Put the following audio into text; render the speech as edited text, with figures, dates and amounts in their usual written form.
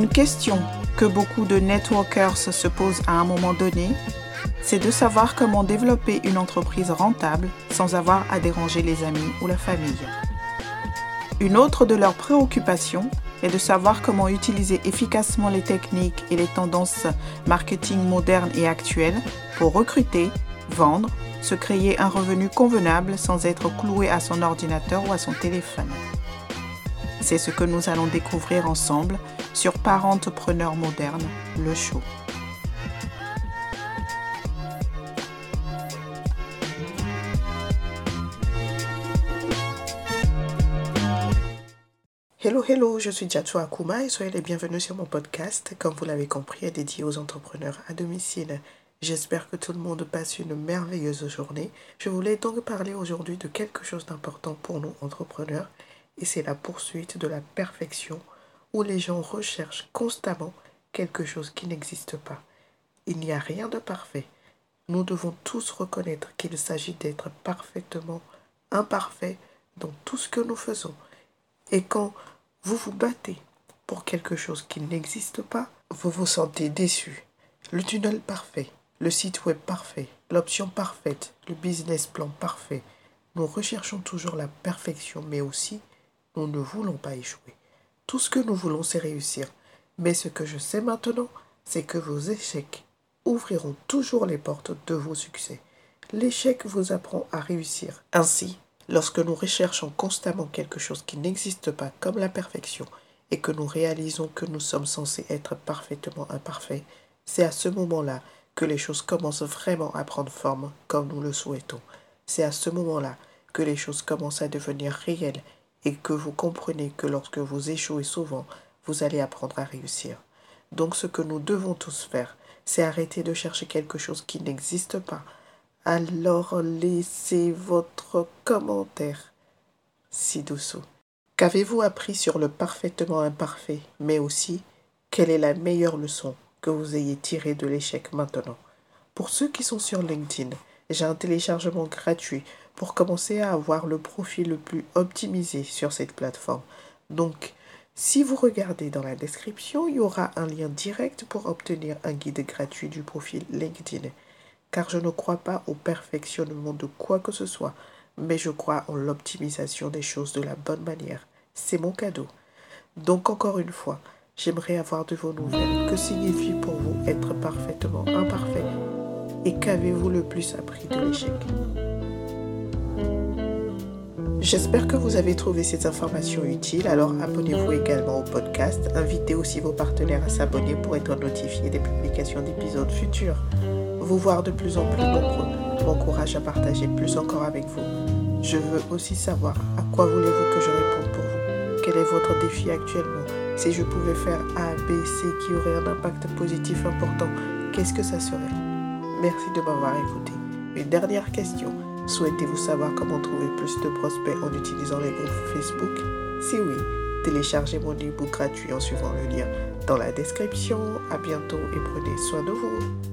Une question que beaucoup de networkers se posent à un moment donné, c'est de savoir comment développer une entreprise rentable sans avoir à déranger les amis ou la famille. Une autre de leurs préoccupations est de savoir comment utiliser efficacement les techniques et les tendances marketing modernes et actuelles pour recruter, vendre, se créer un revenu convenable sans être cloué à son ordinateur ou à son téléphone. C'est ce que nous allons découvrir ensemble sur Parentpreneur Moderne, le show. Hello, je suis Djatou Akouma et soyez les bienvenus sur mon podcast, comme vous l'avez compris, est dédié aux entrepreneurs à domicile. J'espère que tout le monde passe une merveilleuse journée. Je voulais donc parler aujourd'hui de quelque chose d'important pour nous entrepreneurs et c'est la poursuite de la perfection où les gens recherchent constamment quelque chose qui n'existe pas. Il n'y a rien de parfait. Nous devons tous reconnaître qu'il s'agit d'être parfaitement imparfait dans tout ce que nous faisons. Et quand vous vous battez pour quelque chose qui n'existe pas, vous vous sentez déçu. Le tunnel parfait, le site web parfait, l'option parfaite, le business plan parfait. Nous recherchons toujours la perfection, mais aussi, nous ne voulons pas échouer. Tout ce que nous voulons, c'est réussir. Mais ce que je sais maintenant, c'est que vos échecs ouvriront toujours les portes de vos succès. L'échec vous apprend à réussir. Ainsi, lorsque nous recherchons constamment quelque chose qui n'existe pas comme la perfection et que nous réalisons que nous sommes censés être parfaitement imparfaits, c'est à ce moment-là que les choses commencent vraiment à prendre forme comme nous le souhaitons. C'est à ce moment-là que les choses commencent à devenir réelles et que vous comprenez que lorsque vous échouez souvent, vous allez apprendre à réussir. Donc ce que nous devons tous faire, c'est arrêter de chercher quelque chose qui n'existe pas. Alors laissez votre commentaire ci-dessous. Qu'avez-vous appris sur le parfaitement imparfait, mais aussi, quelle est la meilleure leçon que vous ayez tirée de l'échec maintenant? Pour ceux qui sont sur LinkedIn, j'ai un téléchargement gratuit pour commencer à avoir le profil le plus optimisé sur cette plateforme. Donc, si vous regardez dans la description, il y aura un lien direct pour obtenir un guide gratuit du profil LinkedIn. Car je ne crois pas au perfectionnement de quoi que ce soit, mais je crois en l'optimisation des choses de la bonne manière. C'est mon cadeau. Donc encore une fois, j'aimerais avoir de vos nouvelles. Que signifie pour vous être parfaitement imparfait? Et qu'avez-vous le plus appris de l'échec? J'espère que vous avez trouvé ces informations utiles, alors abonnez-vous également au podcast. Invitez aussi vos partenaires à s'abonner pour être notifiés des publications d'épisodes futurs. Vous voir de plus en plus nombreux m'encourage à partager plus encore avec vous. Je veux aussi savoir à quoi voulez-vous que je réponde pour vous? Quel est votre défi actuellement? Si je pouvais faire A, B, C qui aurait un impact positif important, qu'est-ce que ça serait? Merci de m'avoir écouté. Une dernière question. Souhaitez-vous savoir comment trouver plus de prospects en utilisant les groupes Facebook? Si oui, téléchargez mon e-book gratuit en suivant le lien dans la description. À bientôt et prenez soin de vous.